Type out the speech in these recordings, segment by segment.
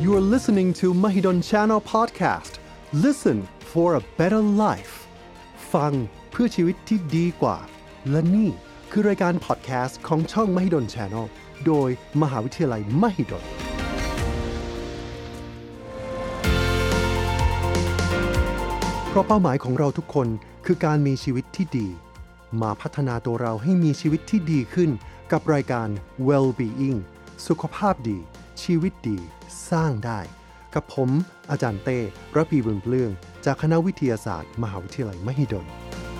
You are listening to Mahidol Channel Podcast. Listen for a better life. ฟังเพื่อชีวิตที่ดีกว่าและนี่คือรายการพอดแคสต์ของช่อง Mahidol Channel โดยมหาวิทยาลัย Mahidolเพราะเป้าหมายของเราทุกคนคือการมีชีวิตที่ดีมาพัฒนาตัวเราให้มีชีวิตที่ดีขึ้นกับรายการ Well-being สุขภาพดีชีวิตดีสร้างได้กับผมอาจารย์เต้ระพีบุญเปลื้องจากคณะวิทยาศาสตร์มหาวิทยาลัยมหิดล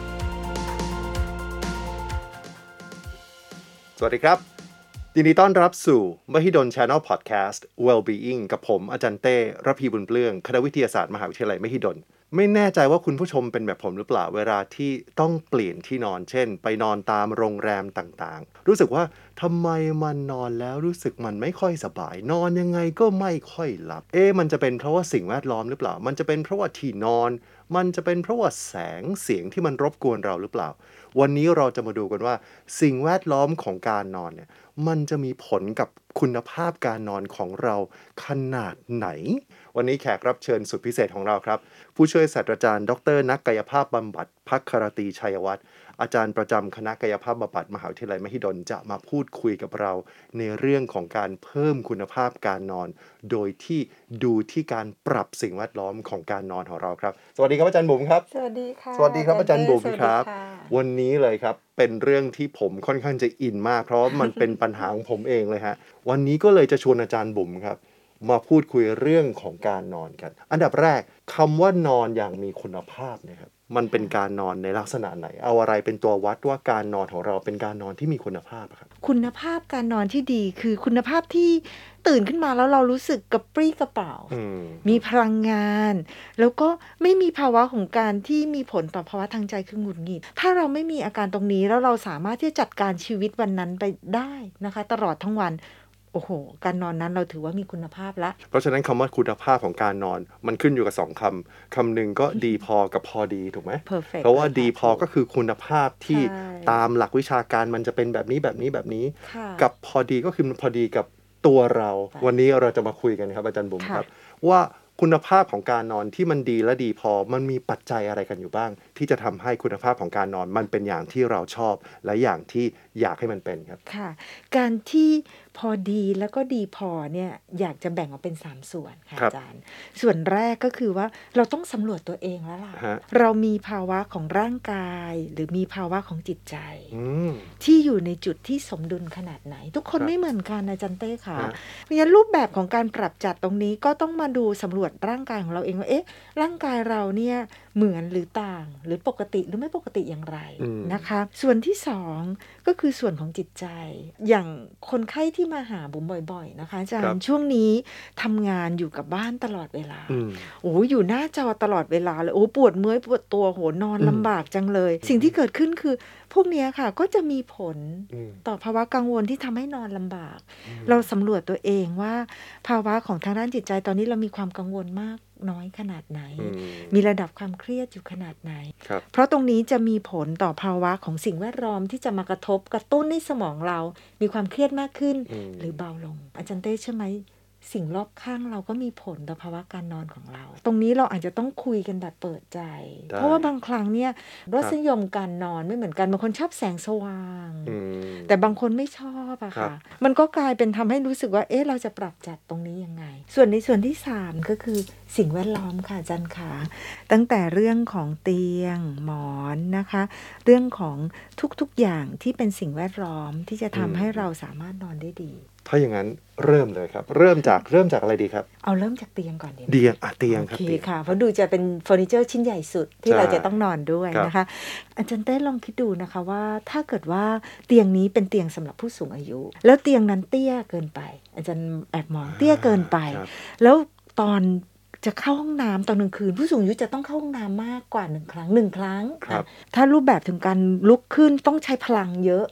สวัสดีครับยินดีต้อนรับสู่ Mahidol Channel Podcast Well-being กับผมอาจารย์เต้ระพีบุญเปลื้องคณะวิทยาศาสตร์มหาวิทยาลัยมหิดลไม่แน่ใจว่าคุณผู้ชมเป็นแบบผมหรือเปล่าเวลาที่ต้องเปลี่ยนที่นอนเช่นไปนอนตามโรงแรมต่างๆรู้สึกว่าทำไมมันนอนแล้วรู้สึกมันไม่ค่อยสบายนอนยังไงก็ไม่ค่อยหลับมันจะเป็นเพราะว่าสิ่งแวดล้อมหรือเปล่ามันจะเป็นเพราะว่าที่นอนมันจะเป็นเพราะว่าแสงเสียงที่มันรบกวนเราหรือเปล่าวันนี้เราจะมาดูกันว่าสิ่งแวดล้อมของการนอนเนี่ยมันจะมีผลกับคุณภาพการนอนของเราขนาดไหนวันนี้แขกรับเชิญสุดพิเศษของเราครับผู้ช่วยศาสตราจารย์ดร.นักกายภาพบำบัดภัครตีชัยวัฒน์อาจารย์ประจำคณะกายภาพบำบัดมหาวิทยาลัยมหิดลจะมาพูดคุยกับเราในเรื่องของการเพิ่มคุณภาพการนอนโดยที่ดูที่การปรับสิ่งแวดล้อมของการนอนของเราครับสวัสดีครับอาจารย์บุ๋มครับสวัสดีค่ะสวัสดีครับอาจารย์บุ๋มครับวันนี้เลยครับเป็นเรื่องที่ผมค่อนข้างจะอินมากเพราะมันเป็นปัญหาของผมเองเลยฮะวันนี้ก็เลยจะชวนอาจารย์บุ๋มครับมาพูดคุยเรื่องของการนอนกันอันดับแรกคำว่านอนอย่างมีคุณภาพนะครับมันเป็นการนอนในลักษณะไหนเอาอะไรเป็นตัววัดว่าการนอนของเราเป็นการนอนที่มีคุณภาพครับคุณภาพการนอนที่ดีคือคุณภาพที่ตื่นขึ้นมาแล้วเรารู้สึกกระปรี้กระเปร่ามีพลังงานแล้วก็ไม่มีภาวะของการที่มีผลต่อภาวะทางใจคือหงุดหงิดถ้าเราไม่มีอาการตรงนี้แล้วเราสามารถที่จะจัดการชีวิตวันนั้นไปได้นะคะตลอดทั้งวันโอ้โหการนอนนั้นเราถือว่ามีคุณภาพละเพราะฉะนั้นคำว่าคุณภาพของการนอนมันขึ้นอยู่กับ2คำหนึ่งก็ดีพอกับพอดีถูกไหม Perfect เพราะว่าดีพอก็คือคุณภาพที่ตามหลักวิชาการมันจะเป็นแบบนี้กับพอดีก็คือพอดีกับตัวเราวันนี้เราจะมาคุยกันครับอาจารย์บุ๋มครับว่าคุณภาพของการนอนที่มันดีและดีพอมันมีปัจจัยอะไรกันอยู่บ้างที่จะทำให้คุณภาพของการนอนมันเป็นอย่างที่เราชอบและอย่างที่อยากให้มันเป็นครับค่ะการที่พอดีแล้วก็ดีพอเนี่ยอยากจะแบ่งออกเป็น3ส่วนค่ะอาจารย์ส่วนแรกก็คือว่าเราต้องสำรวจตัวเองแล้วล่ะเรามีภาวะของร่างกายหรือมีภาวะของจิตใจที่อยู่ในจุดที่สมดุลขนาดไหนทุกคนไม่เหมือนกันอาจารย์เต้ค่ะเพราะฉะนั้นรูปแบบของการปรับจัดตรงนี้ก็ต้องมาดูสำรวจร่างกายของเราเองว่าร่างกายเราเนี่ยเหมือนหรือต่างหรือปกติหรือไม่ปกติอย่างไรนะคะส่วนที่2ก็คือส่วนของจิตใจอย่างคนไข้ที่มาหาบุ๋มบ่อยๆนะคะอาจารย์ช่วงนี้ทำงานอยู่กับบ้านตลอดเวลาอยู่หน้าจอตลอดเวลาเลยปวดเมื่อยปวดตัวนอนลำบากจังเลยสิ่งที่เกิดขึ้นคือพวกนี้ค่ะก็จะมีผลต่อภาวะกังวลที่ทำให้นอนลำบากเราสำรวจตัวเองว่าภาวะของทางด้านจิตใจตอนนี้เรามีความกังวลมากน้อยขนาดไหนมีระดับความเครียดอยู่ขนาดไหนเพราะตรงนี้จะมีผลต่อภาวะของสิ่งแวดล้อมที่จะมากระทบกระตุ้นให้สมองเรามีความเครียดมากขึ้นหรือเบาลงอาจารย์เต้ใช่ไหมสิ่งรอบข้างเราก็มีผลต่อภาวะการนอนของเราตรงนี้เราอาจจะต้องคุยกันแบบเปิดใจเพราะว่าบางครั้งเนี่ยรสนิยมการนอนไม่เหมือนกันบางคนชอบแสงสว่างแต่บางคนไม่ชอบอะค่ะมันก็กลายเป็นทำให้รู้สึกว่าเราจะปรับจัดตรงนี้ยังไงส่วนในส่วนที่3ก็คือสิ่งแวดล้อมค่ะอาจารย์ขาตั้งแต่เรื่องของเตียงหมอนนะคะเรื่องของทุกๆอย่างที่เป็นสิ่งแวดล้อมที่จะทำให้เราสามารถนอนได้ดีถ้าอย่างนั้นเริ่มเลยครับเริ่มจากอะไรดีครับเอาเริ่มจากเตียงก่อนดีไหมเตียงครับโอเคค่ะเพราะดูจะเป็นเฟอร์นิเจอร์ชิ้นใหญ่สุดที่เราจะต้องนอนด้วยนะคะอาจารย์เต้ลองคิดดูนะคะว่าถ้าเกิดว่าเตียงนี้เป็นเตียงสำหรับผู้สูงอายุแล้วเตียงนั้นเตี้ยเกินไปอาจารย์แอบมองเตี้ยเกินไปแล้วตอนจะเข้าห้องน้ำตอนกลางคืนผู้สูงอายุจะต้องเข้าห้องน้ำมากกว่า1 ครั้งถ้ารูปแบบถึงการลุกขึ้นต้องใช้พลังเยอะ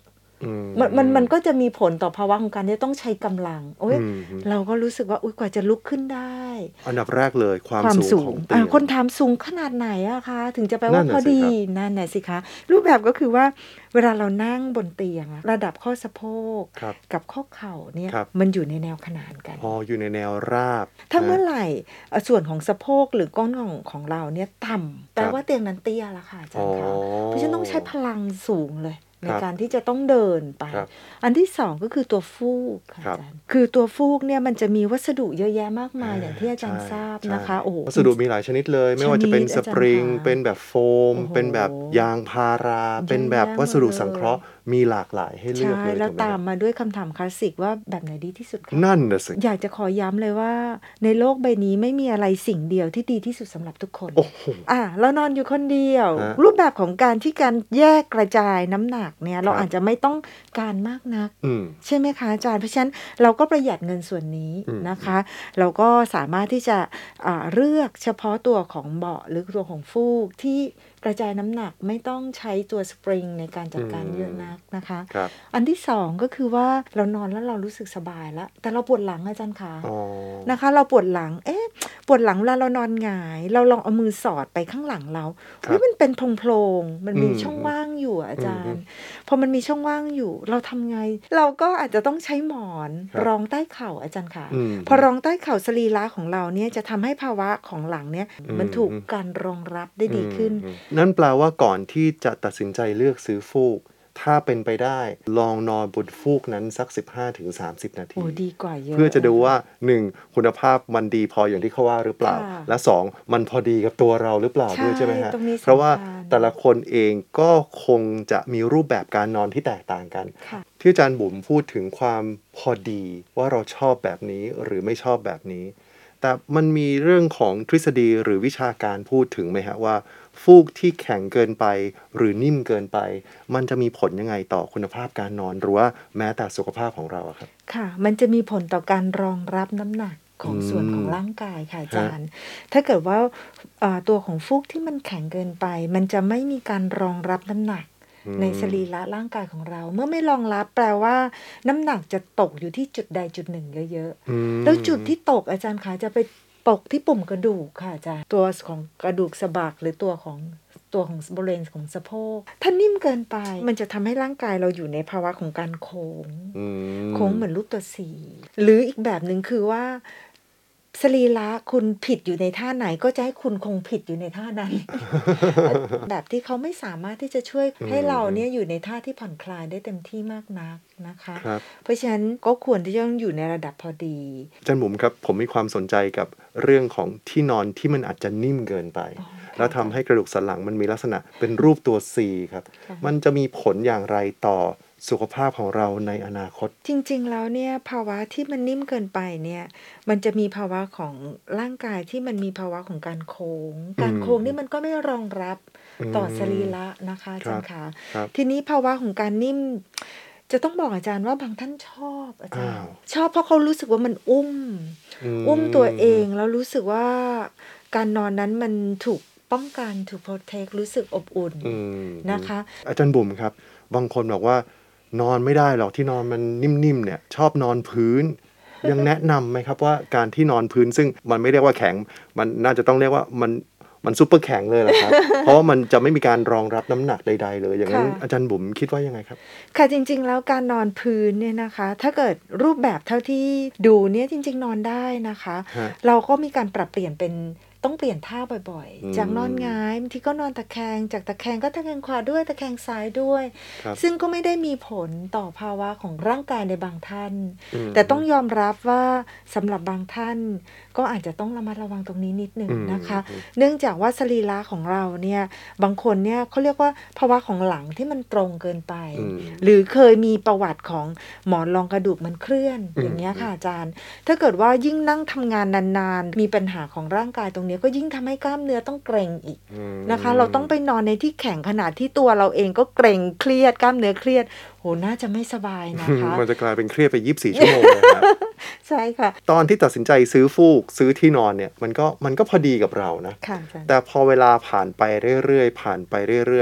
มันก็จะมีผลต่อภาวะของการที่ต้องใช้กำลังโอ้ยเราก็รู้สึกว่าอุ๊ยกว่าจะลุกขึ้นได้อันดับแรกเลยความสูงของเตียงคนถามสูงขนาดไหนอะคะถึงจะแปลว่าพอดีนั่นแหละสิคะรูปแบบก็คือว่าเวลาเรานั่งบนเตียงระดับข้อสะโพกกับข้อเข่าเนี่ยมันอยู่ในแนวขนานกันอยู่ในแนวราบถ้าเมื่อไหร่ส่วนของสะโพกหรือก้นของเราเนี่ยต่ำแปลว่าเตียงนั้นเตี้ยละค่ะอาจารย์คะเพราะฉะนั้นต้องใช้พลังสูงเลยในการที่จะต้องเดินไปอันที่สองก็คือตัวฟูกค่ะอาจารย์คือตัวฟูกเนี่ยมันจะมีวัสดุเยอะแยะมากมายอย่างที่อาจารย์ทราบนะคะโอ้วัสดุมีหลายชนิดเลยไม่ว่าจะเป็นสปริงเป็นแบบโฟมเป็นแบบยางพาราเป็นแบบวัสดุสังเคราะห์มีหลากหลายให้เลือกเลยแล้วตามมาด้วยคำถามคลาสสิกว่าแบบไหนดีที่สุดคะนั่นน่ะสิอยากจะขอย้ำเลยว่าในโลกใบนี้ไม่มีอะไรสิ่งเดียวที่ดีที่สุดสำหรับทุกคนเรานอนอยู่คนเดียวรูปแบบของการแยกกระจายน้ำหนักเนี่ยเราอาจจะไม่ต้องการมากนักใช่ไหมคะอาจารย์เพราะฉะนั้นเราก็ประหยัดเงินส่วนนี้นะคะเราก็สามารถที่จะเลือกเฉพาะตัวของเบาะหรือตัวของฟูกที่กระจายน้ำหนักไม่ต้องใช้ตัวสปริงในการจัดการเยอะนักนะคะอันที่สองก็คือว่าเรานอนแล้วเรารู้สึกสบายแล้วแต่เราปวดหลังอาจารย์คะนะคะเราปวดหลังปวดหลังเวลาเรานอนหงายเราลองเอามือสอดไปข้างหลังเรามันเป็นโพรงมันมีช่องว่างอยู่อาจารย์พอมันมีช่องว่างอยู่เราทำไงเราก็อาจจะต้องใช้หมอนรองใต้เข่าอาจารย์ค่ะพอรองใต้เข่าสรีระของเราเนี่ยจะทำให้ภาวะของหลังเนี่ยมันถูกการรองรับได้ดีขึ้นนั่นแปลว่าก่อนที่จะตัดสินใจเลือกซื้อฟูกถ้าเป็นไปได้ลองนอนบนฟูกนั้นสัก 15-30 นาทีดีกว่าเยอะเพื่อจะดูว่า 1. คุณภาพมันดีพออย่างที่เขาว่าหรือเปล่าและ 2. มันพอดีกับตัวเราหรือเปล่าด้วยใช่ไหมฮะเพราะว่าแต่ละคนเองก็คงจะมีรูปแบบการนอนที่แตกต่างกันที่อาจารย์บุ๋มพูดถึงความพอดีว่าเราชอบแบบนี้หรือไม่ชอบแบบนี้แต่มันมีเรื่องของทฤษฎีหรือวิชาการพูดถึงไหมฮะว่าฟูกที่แข็งเกินไปหรือนิ่มเกินไปมันจะมีผลยังไงต่อคุณภาพการนอนหรือว่าแม้แต่สุขภาพของเราครับค่ะมันจะมีผลต่อการรองรับน้ำหนักของส่วนของร่างกายค่ะอาจารย์ถ้าเกิดว่าตัวของฟูกที่มันแข็งเกินไปมันจะไม่มีการรองรับน้ำหนักในสรีระร่างกายของเราเมื่อไม่รองรับแปลว่าน้ำหนักจะตกอยู่ที่จุดใดจุดหนึ่งเยอะๆแล้วจุดที่ตกอาจารย์คะจะไปตกที่ปุ่มกระดูกค่ะอาจารย์ตัวของกระดูกสะบักหรือตัวของบริเวณของสะโพกถ้านิ่มเกินไปมันจะทำให้ร่างกายเราอยู่ในภาวะของการโค้งเหมือนลูกตัวสีหรืออีกแบบหนึ่งคือว่าสรีระคุณผิดอยู่ในท่าไหนก็จะให้คุณคงผิดอยู่ในท่านั้น แบบที่เขาไม่สามารถที่จะช่วยให้เราเนี่ยอยู่ในท่าที่ผ่อนคลายได้เต็มที่มากนักนะคะเพราะฉะนั้นก็ควรที่จะต้องอยู่ในระดับพอดีอาจารย์บุ๋มครับผมมีความสนใจกับเรื่องของที่นอนที่มันอาจจะนิ่มเกินไปแล้วทำให้กระดูกสันหลังมันมีลักษณะเป็นรูปตัว C ครับมันจะมีผลอย่างไรต่อสุขภาพของเราในอนาคตจริงๆแล้วเนี่ยภาวะที่มันนิ่มเกินไปเนี่ยมันจะมีภาวะของร่างกายที่มันมีภาวะของการโค้งนี่มันก็ไม่รองรับต่อสรีระนะคะอาจารย์คะทีนี้ภาวะของการนิ่มจะต้องบอกอาจารย์ว่าบางท่านชอบอาจารย์ชอบเพราะเขารู้สึกว่ามันอุ้มตัวเองแล้วรู้สึกว่าการนอนนั้นมันถูกป้องกันถูกโปรเทครู้สึกอบอุ่นนะคะอาจารย์บุ๋มครับบางคนบอกว่านอนไม่ได้หรอกที่นอนมันนิ่มๆเนี่ยชอบนอนพื้น ยังแนะนำไหมครับว่าการที่นอนพื้นซึ่งมันไม่เรียกว่าแข็งมันน่าจะต้องเรียกว่ามันซุปเปอร์แข็งเลยแหละครับ เพราะว่ามันจะไม่มีการรองรับน้ำหนักใดๆเลยอย่างนั้นอาจารย์บุ๋มคิดว่ายังไงครับค่ะจริงๆแล้วการนอนพื้นเนี่ยนะคะถ้าเกิดรูปแบบเท่าที่ดูเนี่ยจริงๆนอนได้นะคะเราก็มีการปรับเปลี่ยนเป็นต้องเปลี่ยนท่าบ่อยๆจากนอนหงายบางทีก็นอนตะแคงจากตะแคงก็ตะแคงขวาด้วยตะแคงซ้ายด้วยซึ่งก็ไม่ได้มีผลต่อภาวะของร่างกายในบางท่านแต่ต้องยอมรับว่าสำหรับบางท่านก็อาจจะต้องระมัดระวังตรงนี้นิดนึงนะคะเนื่องจากว่าสรีระของเราเนี่ยบางคนเนี่ยเขาเรียกว่าภาวะของหลังที่มันตรงเกินไปหรือเคยมีประวัติของหมอนรองกระดูกมันเคลื่อนอย่างเงี้ยค่ะอาจารย์ถ้าเกิดว่ายิ่งนั่งทำงานนานๆมีปัญหาของร่างกายตรงนี้ก็ยิ่งทำให้กล้ามเนื้อต้องเกร็งอีกนะคะเราต้องไปนอนในที่แข็งขนาดที่ตัวเราเองก็เกร็งเครียดกล้ามเนื้อเครียดโหน่าจะไม่สบายนะคะมันจะกลายเป็นเครียดไป24 ชั่วโมงเลยครับใช่ค่ะตอนที่ตัดสินใจซื้อฟูกซื้อที่นอนเนี่ยมันก็พอดีกับเรานะแต่พอเวลาผ่านไปเรื่อยๆ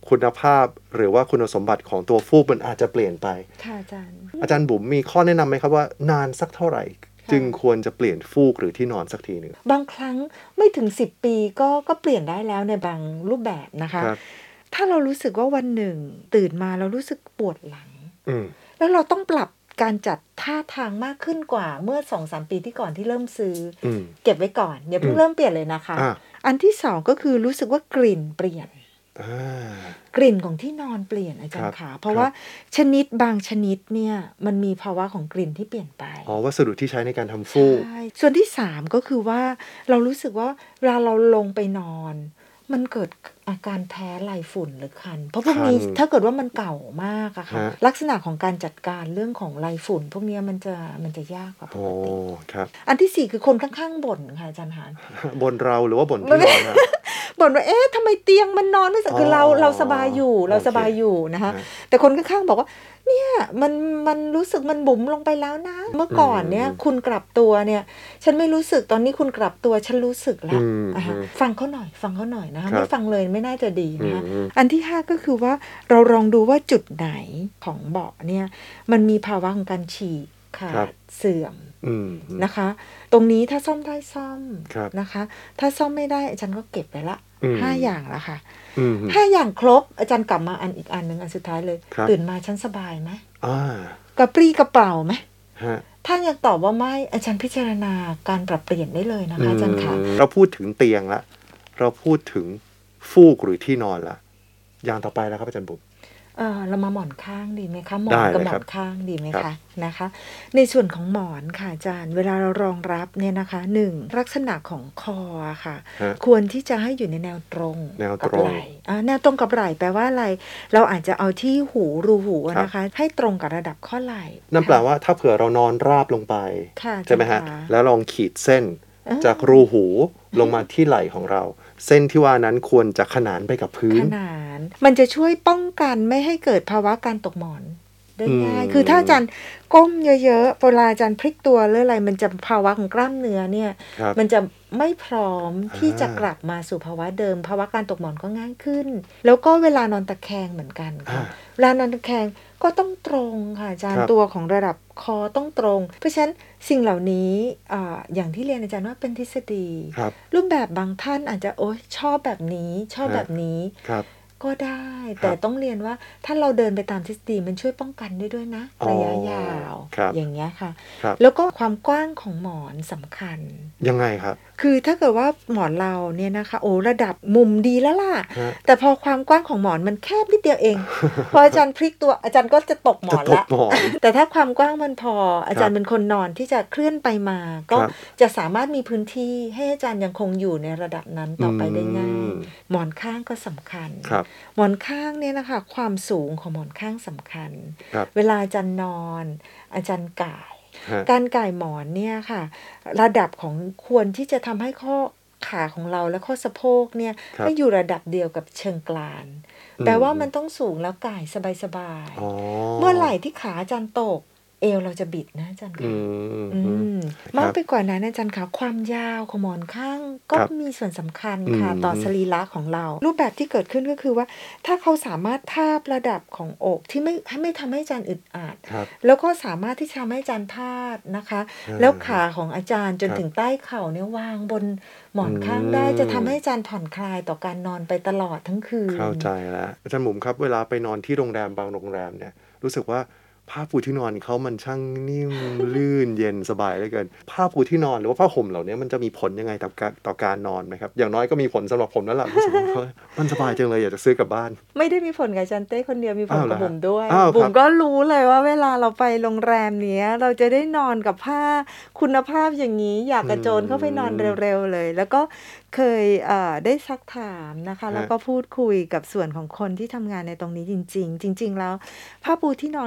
คุณภาพหรือว่าคุณสมบัติของตัวฟูกมันอาจจะเปลี่ยนไปค่ะอาจารย์บุ๋มมีข้อแนะนำไหมครับว่านานสักเท่าไหร่จึงควรจะเปลี่ยนฟูกหรือที่นอนสักทีหนึ่งบางครั้งไม่ถึง10 ปีก็เปลี่ยนได้แล้วในบางรูปแบบนะคะถ้าเรารู้สึกว่าวันหนึ่งตื่นมาเรารู้สึกปวดหลังแล้วเราต้องปรับการจัดท่าทางมากขึ้นกว่าเมื่อ 2-3 ปีที่ก่อนที่เริ่มซื้อเก็บไว้ก่อนอย่าเพิ่งเริ่มเปลี่ยนเลยนะคะอันที่2ก็คือรู้สึกว่ากลิ่นเปลี่ยนกลิ่นของที่นอนเปลี่ยนอาจารย์ค่ะเพราะว่าชนิดบางชนิดเนี่ยมันมีภาวะของกลิ่นที่เปลี่ยนไปวัสดุที่ใช้ในการทำฟูกส่วนที่3ก็คือว่าเรารู้สึกว่าเวลาเราลงไปนอนมันเกิดอาการแพ้ไรฝุ่นหรือคันเพราะพวกนี้ถ้าเกิดว่ามันเก่ามากอะค่ะลักษณะของการจัดการเรื่องของไรฝุ่นพวกนี้มันจะยากกว่าปกติอันที่4คือคนข้างๆบ่นค่ะอาจารย์หานบ่นเราหรือว่าบ่นที่นอนครับบ่นว่าทำไมเตียงมันนอนไม่สบายคือเราสบายอยู่เราสบายอยู่นะคะแต่คนข้างๆบอกว่าเนี่ยมันรู้สึกมันบุ๋มลงไปแล้วนะเมื่อก่อนเนี่ยคุณกลับตัวเนี่ยฉันไม่รู้สึกตอนนี้คุณกลับตัวฉันรู้สึกแล้วฟังเขาหน่อยนะคะไม่ฟังเลยไม่น่าจะดีนะคะอันที่5ก็คือว่าเราลองดูว่าจุดไหนของเบาะเนี่ยมันมีภาวะของการฉีกขาดเสื่อมนะคะตรงนี้ถ้าซ่อมได้ซ่อมนะคะถ้าซ่อมไม่ได้อาจารย์ก็เก็บไปละ5 อย่างละค่ะ5 อย่างครบอาจารย์กลับมาอีกอันนึงอันสุดท้ายเลยตื่นมาฉันสบายไหมกระปรี้กระเป๋าไหมถ้าอยากตอบว่าไม่อาจารย์พิจารณาการปรับเปลี่ยนได้เลยนะคะอาจารย์ค่ะเราพูดถึงเตียงละเราพูดถึงฟูกหรือที่นอนละอย่างต่อไปแล้วครับอาจารย์บุ๋มเรามาหมอนข้างดีไหมคะหมอนกับหมอนข้างดีไหมคะนะคะในส่วนของหมอนค่ะอาจารย์เวลาเรารองรับเนี่ยนะคะ1ลักษณะของคอค่ะควรที่จะให้อยู่ในแนวตรงกับไหล่แนวตรงกับไหล่แปลว่าอะไรเราอาจจะเอาที่รูหูนะคะให้ตรงกับระดับข้อไหล่นั่นแปลว่าถ้าเผื่อเรานอนราบลงไปใช่ไหมฮะแล้วลองขีดเส้นจากรูหูลงมาที่ไหล่ของเราเส้นที่ว่านั้นควรจะขนานไปกับพื้นขนานมันจะช่วยป้องกันไม่ให้เกิดภาวะการตกหมอนได้ง่ายคือถ้าอาจารย์ก้มเยอะๆเวลาอาจารย์พลิกตัวหรืออะไรมันจะภาวะของกล้ามเนื้อเนี่ยมันจะไม่พร้อมที่จะกลับมาสู่ภาวะเดิมภาวะการตกหมอนก็ง่ายขึ้นแล้วก็เวลานอนตะแคงเหมือนกันค่ะเวลานอนตะแคงก็ต้องตรงค่ะอาจารย์ตัวของระดับคอต้องตรงเพราะฉะนั้นสิ่งเหล่านี้อย่างที่เรียนอาจารย์ว่าเป็นทฤษฎีรูปแบบบางท่านอาจจะชอบแบบนี้ชอบแบบนี้ก็ได้แต่ต้องเรียนว่าถ้าเราเดินไปตามทฤษฎีมันช่วยป้องกันได้ด้วยนะระยะยาวอย่างเงี้ยค่ะแล้วก็ความกว้างของหมอนสำคัญยังไงครับคือถ้าเกิดว่าหมอนเราเนี่ยนะคะระดับมุมดีแล้วล่ะแต่พอความกว้างของหมอนมันแคบนิดเดียวเอง พออาจารย์พลิกตัวอาจารย์ก็จะตกหมอนละแต่ถ้าความกว้างมันพออาจารย์เป็นคนนอนที่จะเคลื่อนไปมาก็จะสามารถมีพื้นที่ให้อาจารย์ยังคงอยู่ในระดับนั้นต่อไปได้ง่ายหมอนข้างก็สำคัญหมอนข้างเนี่ยนะคะความสูงของหมอนข้างสำคัญเวลาอาจารย์นอนอาจารย์ก่ายการก่ายหมอนเนี่ยค่ะระดับของควรที่จะทำให้ข้อขาของเราและข้อสะโพกเนี่ยให้อยู่ระดับเดียวกับเชิงกรานแปลว่ามันต้องสูงแล้วก่ายสบายๆเมื่อไหร่ที่ขาอาจารย์ตกเอวเราจะบิดนะอาจารย์ค่ะมากไปกว่านั้นอาจารย์ค่ะความยาวของหมอนข้างก็มีส่วนสำคัญค่ะต่อสรีระของเรารูปแบบที่เกิดขึ้นก็คือว่าถ้าเขาสามารถทาบระดับของอกที่ไม่ทำให้อาจารย์อึดอัดแล้วก็สามารถที่จะทำให้อาจารย์พาดนะคะแล้วขาของอาจารย์จนถึงใต้เข่าเนี่ยวางบนหมอนข้างได้จะทำให้อาจารย์ผ่อนคลายต่อการนอนไปตลอดทั้งคืนเข้าใจแล้วอาจารย์หมุมครับเวลาไปนอนที่โรงแรมบางโรงแรมเนี่ยรู้สึกว่าผ้าปูที่นอนเขามันช่างนิ่ม ลื่นเย็นสบายเหลือเกินผ้าปูที่นอนหรือว่าผ้าห่มเหล่านี้มันจะมีผลยังไงต่อการนอนไหมครับอย่างน้อยก็มีผลสำหรับผมแล้วล่ะรู้สึกว่ามันสบายจังเลยอยากจะซื้อกลับบ้านไม่ได้มีผลกับจันเต้คนเดียวมีผลกับบุ๋มด้วยบุ๋มก็รู้เลยว่าเวลาเราไปโรงแรมเนี้ยเราจะได้นอนกับผ้าคุณภาพอย่างนี้อยากกระโจนเข้าไปนอนเร็วๆเลยแล้วก็เคยได้ซักถามนะคะแล้วก็พูดคุยกับส่วนของคนที่ทำงานในตรงนี้จริงๆแล้วผ้าปูที่นอนของเขา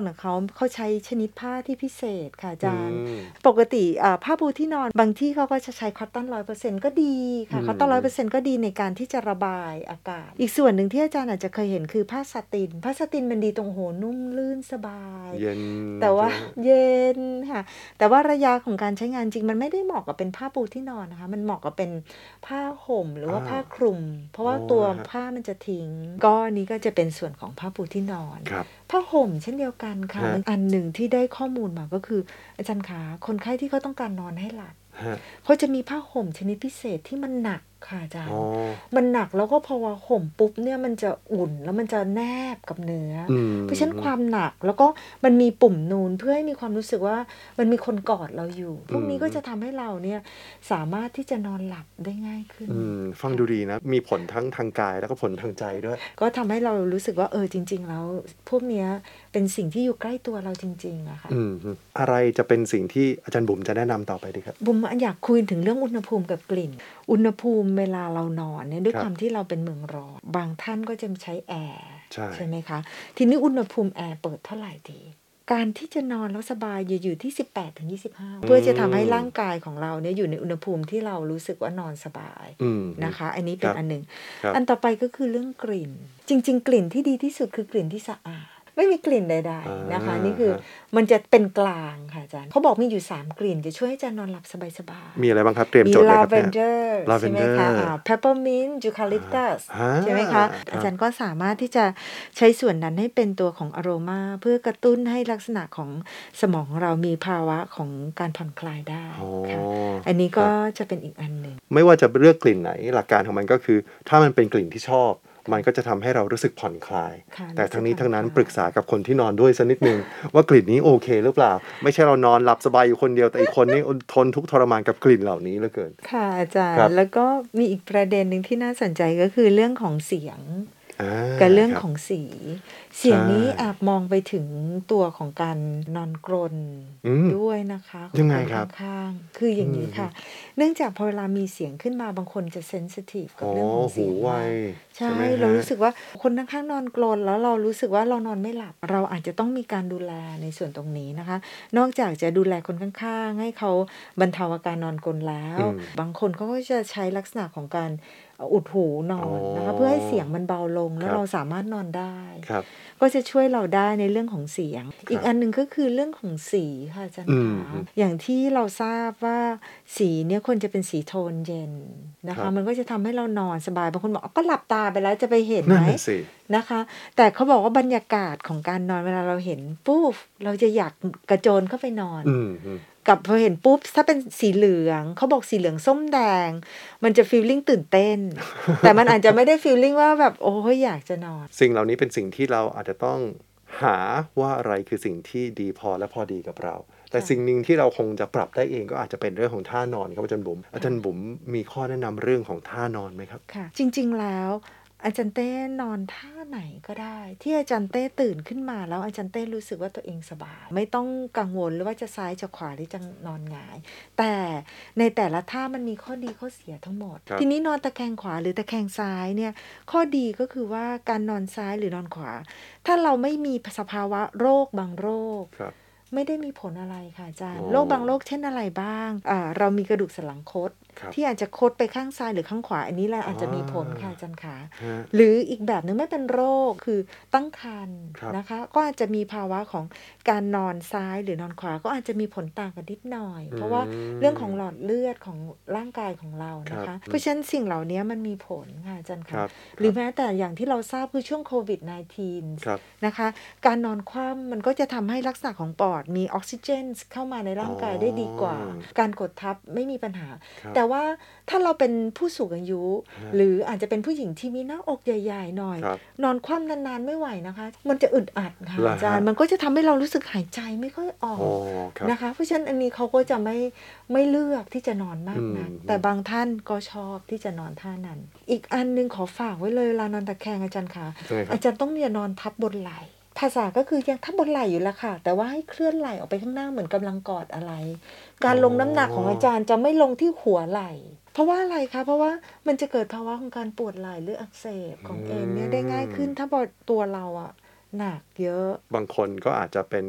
เขาใช้ชนิดผ้าที่พิเศษค่ะอาจารย์ปกติผ้าปูที่นอนบางที่เขาก็จะใช้คอตตอน 100% ก็ดีค่ะคอตตอน 100% ก็ดีในการที่จะระบายอากาศอีกส่วนหนึ่งที่อาจารย์อาจจะเคยเห็นคือผ้าซาตินมันดีตรงโหนุ่มลื่นสบายเย็นแต่ว่าเย็นค่ะแต่ว่าระยะของการใช้งานจริงมันไม่ได้เหมาะกับเป็นผ้าปูที่นอนนะคะมันเหมาะกับเป็นผ้าห่มหรือว่าผ้าคลุมเพราะว่าตัวผ้ามันจะทิ้งก็นี้ก็จะเป็นส่วนของผ้าปูที่นอนผ้าห่มเช่นเดียวกันค่ะอันหนึ่งที่ได้ข้อมูลมาก็คืออาจารย์ขาคนไข้ที่เขาต้องการนอนให้หลับเขาจะมีผ้าห่มชนิดพิเศษที่มันหนักค่ะอาจารย์มันหนักแล้วก็พอว่าห่มปุ๊บเนี่ยมันจะอุ่นแล้วมันจะแนบกับเนื้อเพราะฉะนั้นความหนักแล้วก็มันมีปุ่มนูนเพื่อให้มีความรู้สึกว่ามันมีคนกอดเราอยู่พวกนี้ก็จะทำให้เราเนี่ยสามารถที่จะนอนหลับได้ง่ายขึ้นฟังดูดีนะมีผลทั้งทางกายแล้วก็ผลทางใจด้วยก็ทำให้เรารู้สึกว่าจริงๆแล้วพวกเนี้ยเป็นสิ่งที่อยู่ใกล้ตัวเราจริงๆอะค่ะอะไรจะเป็นสิ่งที่อาจารย์บุ๋มจะแนะนำต่อไปดีครับบุ๋มอยากคุยถึงเรื่องอุณหภูมิกับกลิ่นอุณหภูมิเวลาเรานอนเนี่ยด้วยความที่เราเป็นเมืองร้อนบางท่านก็จะใช้แอร์ใช่ไหมคะทีนี้อุณหภูมิแอร์เปิดเท่าไหร่ดีการที่จะนอนแล้วสบายอยู่ที่ 18-25 เพื่อจะทำให้ร่างกายของเราเนี่ยอยู่ในอุณหภูมิที่เรารู้สึกว่านอนสบายนะคะอันนี้เป็นอันหนึ่งอันต่อไปก็คือเรื่องกลิ่นจริงๆกลิ่นที่ดีที่สุดคือกลิ่นที่สะอาดไม่มีกลิ่นใดๆนะคะนี่คือมันจะเป็นกลางค่ะอาจารย์เขาบอกมีอยู่3กลิ่นจะช่วยให้อาจารย์นอนหลับสบายๆมีอะไรบ้างครับเตรียมโจทย์เลยครับมี lavender ใช่ไหมคะ peppermint eucalyptus ใช่ไหมคะอาจารย์ก็สามารถที่จะใช้ส่วนนั้นให้เป็นตัวของอโรมาเพื่อกระตุ้นให้ลักษณะของสมองของเรามีภาวะของการผ่อนคลายได้ค่ะอันนี้ก็จะเป็นอีกอันหนึ่งไม่ว่าจะเลือกกลิ่นไหนหลักการของมันก็คือถ้ามันเป็นกลิ่นที่ชอบมันก็จะทำให้เรารู้สึกผ่อนคลายแต่ทั้งนี้ทั้งนั้นปรึกษากับคนที่นอนด้วยสักนิดนึงว่ากลิ่นนี้โอเคหรือเปล่าไม่ใช่เรานอนหลับสบายอยู่คนเดียวแต่อีกคนนี่ทนทุกข์ทรมานกับกลิ่นเหล่านี้เหลือเกินค่ะอาจารย์แล้วก็มีอีกประเด็นนึงที่น่าสนใจก็คือเรื่องของเสียงกับเรื่องของเสียงนี้แอบมองไปถึงตัวของการนอนกรนด้วยนะคะยังไงครับข้างๆคืออย่างนี้ค่ะเนื่องจากพอเวลามีเสียงขึ้นมาบางคนจะเซนซิทีฟกับเรื่องของเสียงใช่เรารู้สึกว่าคนข้างๆนอนกรนแล้วเรารู้สึกว่าเรานอนไม่หลับเราอาจจะต้องมีการดูแลในส่วนตรงนี้นะคะนอกจากจะดูแลคนข้างๆให้เขาบรรเทาอาการนอนกรนแล้วบางคนเขาก็จะใช้ลักษณะของการอุดหูนอนนะคะเพื่อให้เสียงมันเบาลงแล้วเราสามารถนอนได้ก็จะช่วยเราได้ในเรื่องของเสียงอีกอันนึงก็คือเรื่องของสีค่ะอาจารย์คะอย่างที่เราทราบว่าสีเนี่ยควรจะเป็นสีโทนเย็นนะคะมันก็จะทำให้เรานอนสบายบางคนบอกก็หลับตาไปแล้วจะไปเห็นไหมนะคะแต่เขาบอกว่าบรรยากาศของการนอนเวลาเราเห็นปุ๊บเราจะอยากกระโจนเข้าไปนอนกับพอเห็นปุ๊บถ้าเป็นสีเหลืองเขาบอกสีเหลืองส้มแดงมันจะฟีลลิ่งตื่นเต้น แต่มันอาจจะไม่ได้ฟีลลิ่งว่าแบบโอ้ยอยากจะนอนสิ่งเหล่านี้เป็นสิ่งที่เราอาจจะต้องหาว่าอะไรคือสิ่งที่ดีพอและพอดีกับเราแต่สิ่งหนึ่งที่เราคงจะปรับได้เองก็อาจจะเป็นเรื่องของท่านอนครับอาจารย์บุ๋มมีข้อแนะนำเรื่องของท่านอนไหมครับค่ะจริงๆแล้วอาจารย์เต้นอนท่าไหนก็ได้ที่อาจารย์เต้ตื่นขึ้นมาแล้วอาจารย์เต้รู้สึกว่าตัวเองสบายไม่ต้องกังวลหรือว่าจะซ้ายจะขวาหรือจะนอนหงายแต่ในแต่ละท่ามันมีข้อดีข้อเสียทั้งหมดทีนี้นอนตะแคงขวาหรือตะแคงซ้ายเนี่ยข้อดีก็คือว่าการนอนซ้ายหรือนอนขวาถ้าเราไม่มีสภาวะโรคบางโรคไม่ได้มีผลอะไรค่ะอาจารย์โรคบางโรคเช่นอะไรบ้างเรามีกระดูกสันหลังคดที่อาจจะคดไปข้างซ้ายหรือข้างขวาอันนี้แหละอาจจะมีผลค่ะอาจารย์ขาหรืออีกแบบนึงไม่เป็นโรคคือตั้งครรภ์นะคะก็อาจจะมีภาวะของการนอนซ้ายหรือนอนขวาก็อาจจะมีผลต่างกันนิดหน่อยเพราะว่าเรื่องของหลอดเลือดของร่างกายของเรานะคะเพราะฉะนั้นสิ่งเหล่านี้มันมีผลค่ะอาจารย์คะหรือแม้แต่อย่างที่เราทราบคือช่วงโควิด -19 นะคะการนอนคว่ำมันก็จะทำให้ลักษณะของปอดมีออกซิเจนเข้ามาในร่างกายได้ดีกว่าการกดทับไม่มีปัญหาแต่ว่าถ้าเราเป็นผู้สูงอายุหรืออาจจะเป็นผู้หญิงที่มีหน้าอกใหญ่ๆหน่อยนอนคว่ำนานๆไม่ไหวนะคะมันจะอึดอัดค่ะอาจารย์มันก็จะทำให้เรารู้สึกหายใจไม่ค่อยออกนะคะเพราะฉะนั้นอันนี้เขาก็จะไม่เลือกที่จะนอนมากนักแต่บางท่านก็ชอบที่จะนอนท่านั้นอีกอันนึงขอฝากไว้เลยเวลานอนตะแคงอาจารย์คะอาจารย์ต้องอย่านอนทับบนไหล่ภาษาก็คือยังทับบนไหล่อยู่แล้วค่ะแต่ว่าให้เคลื่อนไหล่ออกไปข้างหน้าเหมือนกำลังกอดอะไรการลงน้ำหนักของอาจารย์จะไม่ลงที่หัวไหล่เพราะว่าอะไรคะเพราะว่ามันจะเกิดภาวะของการปวดไหล่หรืออักเสบของเอ็นเนี่ยได้ง่ายขึ้นถ้าตัวเราอะหนักเยอะบางคนก็อาจจะเป็น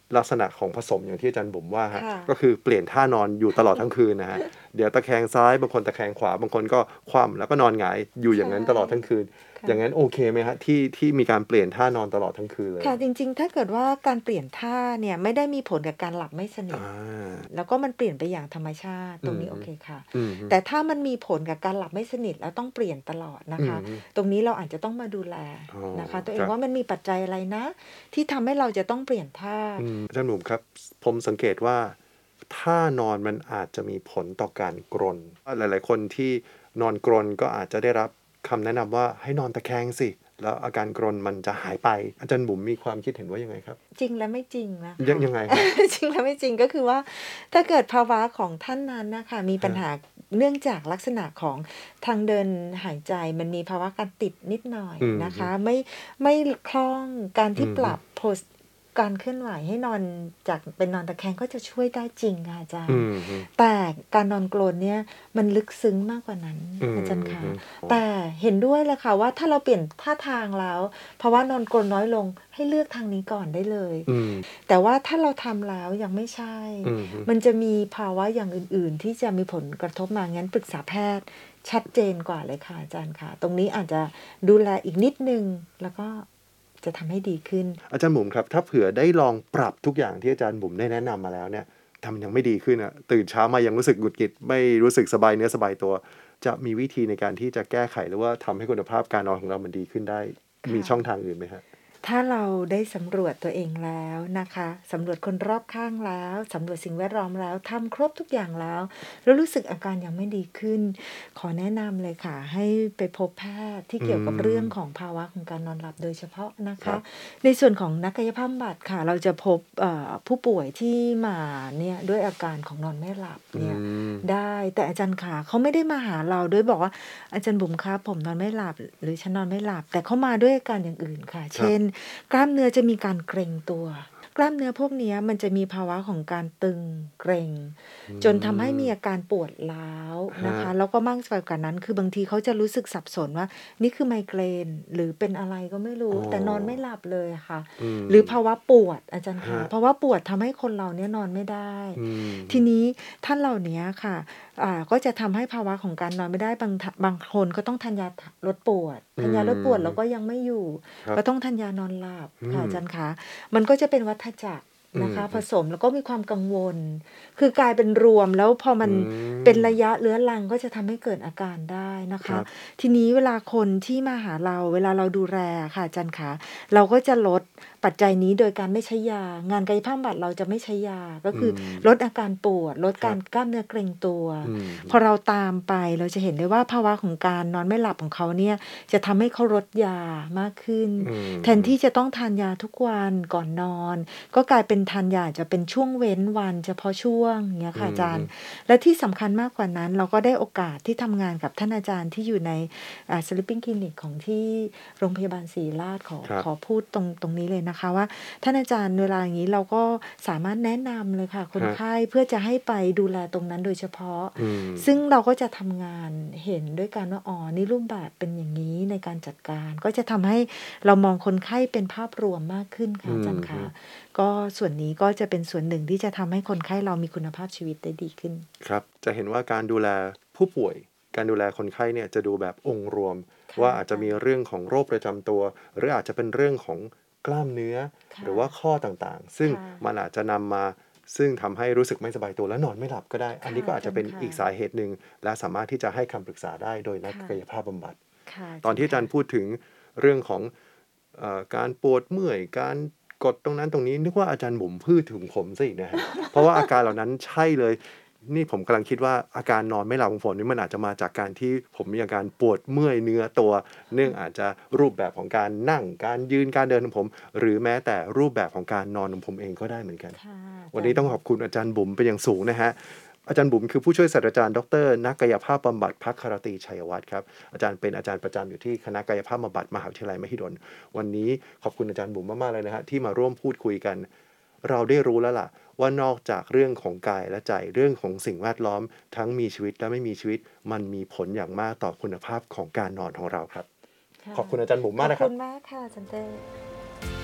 ลักษณะของผสมอย่างที่อาจารย์บุ๋มว่าฮะค่ะก็คือเปลี่ยนท่านอนอยู่ตลอดทั้งคืนนะฮะ เดี๋ยวตะแคงซ้ายบางคนตะแคงขวาบางคนก็คว่ำแล้วก็นอนหงายอยู่อย่างนั้นตลอดทั้งคืนค่ะอย่างนั้นโอเคไหมฮะที่มีการเปลี่ยนท่านอนตลอดทั้งคืนเลยค่ะจริงๆ ถ้าเกิดว่าการเปลี่ยนท่าเนี่ยไม่ได้มีผลกับการหลับไม่สนิทอ่าแล้วก็มันเปลี่ยนไปอย่างธรรมชาติตรงนี้อืมโอเคค่ะอืมแต่ถ้ามันมีผลกับการหลับไม่สนิทแล้วต้องเปลี่ยนตลอดนะคะอืมตรงนี้เราอาจจะต้องมาดูแลอ๋อนะคะ ตัวเอครังบว่ามันมีปัจจัยอะไรนะ ที่ทำให้เราจะต้องเปลี่ยนท่าอาจารย์หนุ่มครับผมสังเกตว่าท่านอนมันอาจจะมีผลต่อการกรนหลายๆคนที่นอนกรนก็อาจจะได้รับคำแนะนำว่าให้นอนตะแคงสิแล้วอาการกรนมันจะหายไปอาจารย์บุ๋มมีความคิดเห็นว่ายังไงครับจริงและไม่จริงนะคะยังไงครับจริงและไม่จริงก็คือว่า ถ้าเกิดภาวะของท่านนั้นนะคะมีปัญหาเนื่องจากลักษณะของทางเดินหายใจมันมีภาวะการติดนิดหน่อยนะคะ ไม่คล่องการที่ปรับโพสการเคลื่อนไหวให้นอนจากเป็นนอนตะแคงก็จะช่วยได้จริงค่ะอาจารย์ แต่การนอนกรนเนี่ยมันลึกซึ้งมากกว่านั้นอาจารย์คะแต่เห็นด้วยเลยค่ะว่าถ้าเราเปลี่ยนท่าทางแล้วภาวะนอนกรนน้อยลงให้เลือกทางนี้ก่อนได้เลย แต่ว่าถ้าเราทำแล้วยังไม่ใช่ มันจะมีภาวะอย่างอื่นๆ ที่จะมีผลกระทบมางั้นปรึกษาแพทย์ชัดเจนกว่าเลยค่ะอาจารย์ค่ะตรงนี้อาจจะดูแลอีกนิดนึงแล้วก็จะทำให้ดีขึ้นอาจารย์บุ๋มครับถ้าเผื่อได้ลองปรับทุกอย่างที่อาจารย์บุ๋มได้แนะนำมาแล้วเนี่ยทำยังไม่ดีขึ้นอ่ะตื่นเช้ามายังรู้สึกหงุดหงิดไม่รู้สึกสบายเนื้อสบายตัว จะมีวิธีในการที่จะแก้ไขหรือว่าทำให้คุณภาพการนอนของเรามันดีขึ้นได้ มีช่องทางอื่นไหมฮะถ้าเราได้สำรวจตัวเองแล้วนะคะสำรวจคนรอบข้างแล้วสำรวจสิ่งแวดล้อมแล้วทำครบทุกอย่างแล้วแล้วรู้สึกอาการยังไม่ดีขึ้น ขอแนะนำเลยค่ะให้ไปพบแพทย์ที่เกี่ยวกับเรื่องของภาวะของการนอนหลับโดยเฉพาะนะครัคะบในส่วนของนักกายภาพบำบัดค่ะ เราจะพบผู้ป่วยที่มาเนี่ยด้วยอาการของนอนไม่หลับเนี่ยได้แต่อาจารย์ขาเขาไม่ได้มาหาเราด้วยบอกว่าอาจารย์บุ๋มครับผมนอนไม่หลับหรือฉันนอนไม่หลับ แต่เขามาด้วยอาการอย่างอื่นค่ะ เช่น กล้ามเนื้อจะมีการเกร็งตัว กล้ามเนื้อพวกนี้มันจะมีภาวะของการตึงเกร็งจนทำให้มีอาการปวดร้าวนะคะแล้วก็มากไปกว่านั้นคือบางทีเขาจะรู้สึกสับสนว่านี่คือไมเกรนหรือเป็นอะไรก็ไม่รู้แต่นอนไม่หลับเลยค่ะหรือภาวะปวดอาจารย์คะภาวะปวดทำให้คนเราเนี่ยนอนไม่ได้ ทีนี้ท่านเหล่านี้ค่ะก็จะทำให้ภาวะของการนอนไม่ได้บางคนก็ต้องทานยาลดปวดทานยาลดปวดแล้วก็ยังไม่อยู่ก็ต้องทานยานอนหลับค่ะอาจารย์คะมันก็จะเป็นวัฏจักรนะคะผสมแล้วก็มีความกังวลคือกลายเป็นรวมแล้วพอมันเป็นระยะเรื้อรังก็จะทำให้เกิดอาการได้นะคะทีนี้เวลาคนที่มาหาเราเวลาเราดูแลค่ะอาจารย์คะเราก็จะลดปัจจัยนี้โดยการไม่ใช้ยางานกายภาพบำบัดเราจะไม่ใช้ยาก็คือลดอาการปวดลดการกล้ามเนื้อเกร็งตัวพอเราตามไปเราจะเห็นได้ว่าภาวะของการนอนไม่หลับของเขาเนี่ยจะทำให้เขาลดยามากขึ้นแทนที่จะต้องทานยาทุกวันก่อนนอนก็กลายเป็นทานยาจะเป็นช่วงเว้นวันเฉพาะช่วงอย่างเงี้ยค่ะอาจารย์และที่สำคัญมากกว่านั้นเราก็ได้โอกาสที่ทำงานกับท่านอาจารย์ที่อยู่ในsleeping clinic ของที่โรงพยาบาลศรีราชขอพูดตรงนี้เลยนะคะว่าท่านอาจารย์เวลาอย่างนี้เราก็สามารถแนะนำเลยค่ะคนไข้เพื่อจะให้ไปดูแลตรงนั้นโดยเฉพาะซึ่งเราก็จะทำงานเห็นด้วยกันว่าอ๋อนี่รูปแบบเป็นอย่างนี้ในการจัดการก็จะทำให้เรามองคนไข้เป็นภาพรวมมากขึ้นค่ะอาจารย์คะก็ส่วนนี้ก็จะเป็นส่วนหนึ่งที่จะทำให้คนไข้เรามีคุณภาพชีวิตได้ดีขึ้นครับจะเห็นว่าการดูแลผู้ป่วยการดูแลคนไข้เนี่ยจะดูแบบองค์รวมว่าอาจจะมีเรื่องของโรคประจำตัวหรืออาจจะเป็นเรื่องของกล้ามเนื้อหรือว่าข้อต่างๆซึ่งมันอาจจะนำมาซึ่งทำให้รู้สึกไม่สบายตัวและนอนไม่หลับก็ได้อันนี้ก็อาจจะเป็นอีกสาเหตุหนึ่งและสามารถที่จะให้คำปรึกษาได้โดยนักกายภาพบำบัดตอนที่อาจารย์พูดถึงเรื่องของการปวดเมื่อยการกดตรงนั้นตรงนี้นึกว่าอาจารย์บุ๋มพูดถึงผมซะอีกนะฮะ เพราะว่าอาการเหล่านั้นใช่เลยนี่ผมกำลังคิดว่าอาการนอนไม่หลับของผมนี่มันอาจจะมาจากการที่ผมมีอาการปวดเมื่อยเนื้อตัวเนื่องอาจจะรูปแบบของการนั่งการยืนการเดินของผมหรือแม้แต่รูปแบบของการนอนของผมเองก็ได้เหมือนกันวันนี้ต้องขอบคุณอาจารย์บุ๋มเป็นอย่างสูงนะฮะอาจารย์บุ๋มคือผู้ช่วยศาสตราจารย์ดร.นักกายภาพบำบัดภักครตรีชัยวัฒน์ครับอาจารย์เป็นอาจารย์ประจำอยู่ที่คณะกายภาพบำบัดมหาวิทยาลัยมหิดลวันนี้ขอบคุณอาจารย์บุ๋มมากๆเลยนะฮะที่มาร่วมพูดคุยกันเราได้รู้แล้วล่ะว่านอกจากเรื่องของกายและใจเรื่องของสิ่งแวดล้อมทั้งมีชีวิตและไม่มีชีวิตมันมีผลอย่างมากต่อคุณภาพของการนอนของเราครับขอบคุณอาจารย์บุ๋มมากนะครับขอบคุณมากค่ะอาจารย์เต้พ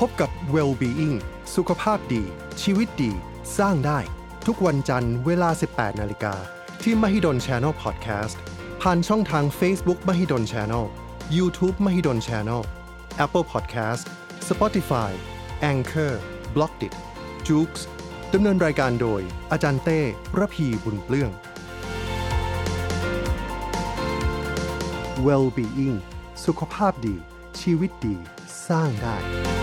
บกับ Well-being สุขภาพดีชีวิตดีสร้างได้ทุกวันจันทร์เวลา 18 นาฬิกาที่ Mahidol Channel Podcast ผ่านช่องทาง Facebook Mahidol Channel YouTube Mahidol Channel Apple Podcast Spotify Anchor Blockdit Joox ดำเนินรายการโดยอาจารย์เต้ระพีบุญเปลื้อง Well-being สุขภาพดีชีวิตดีสร้างได้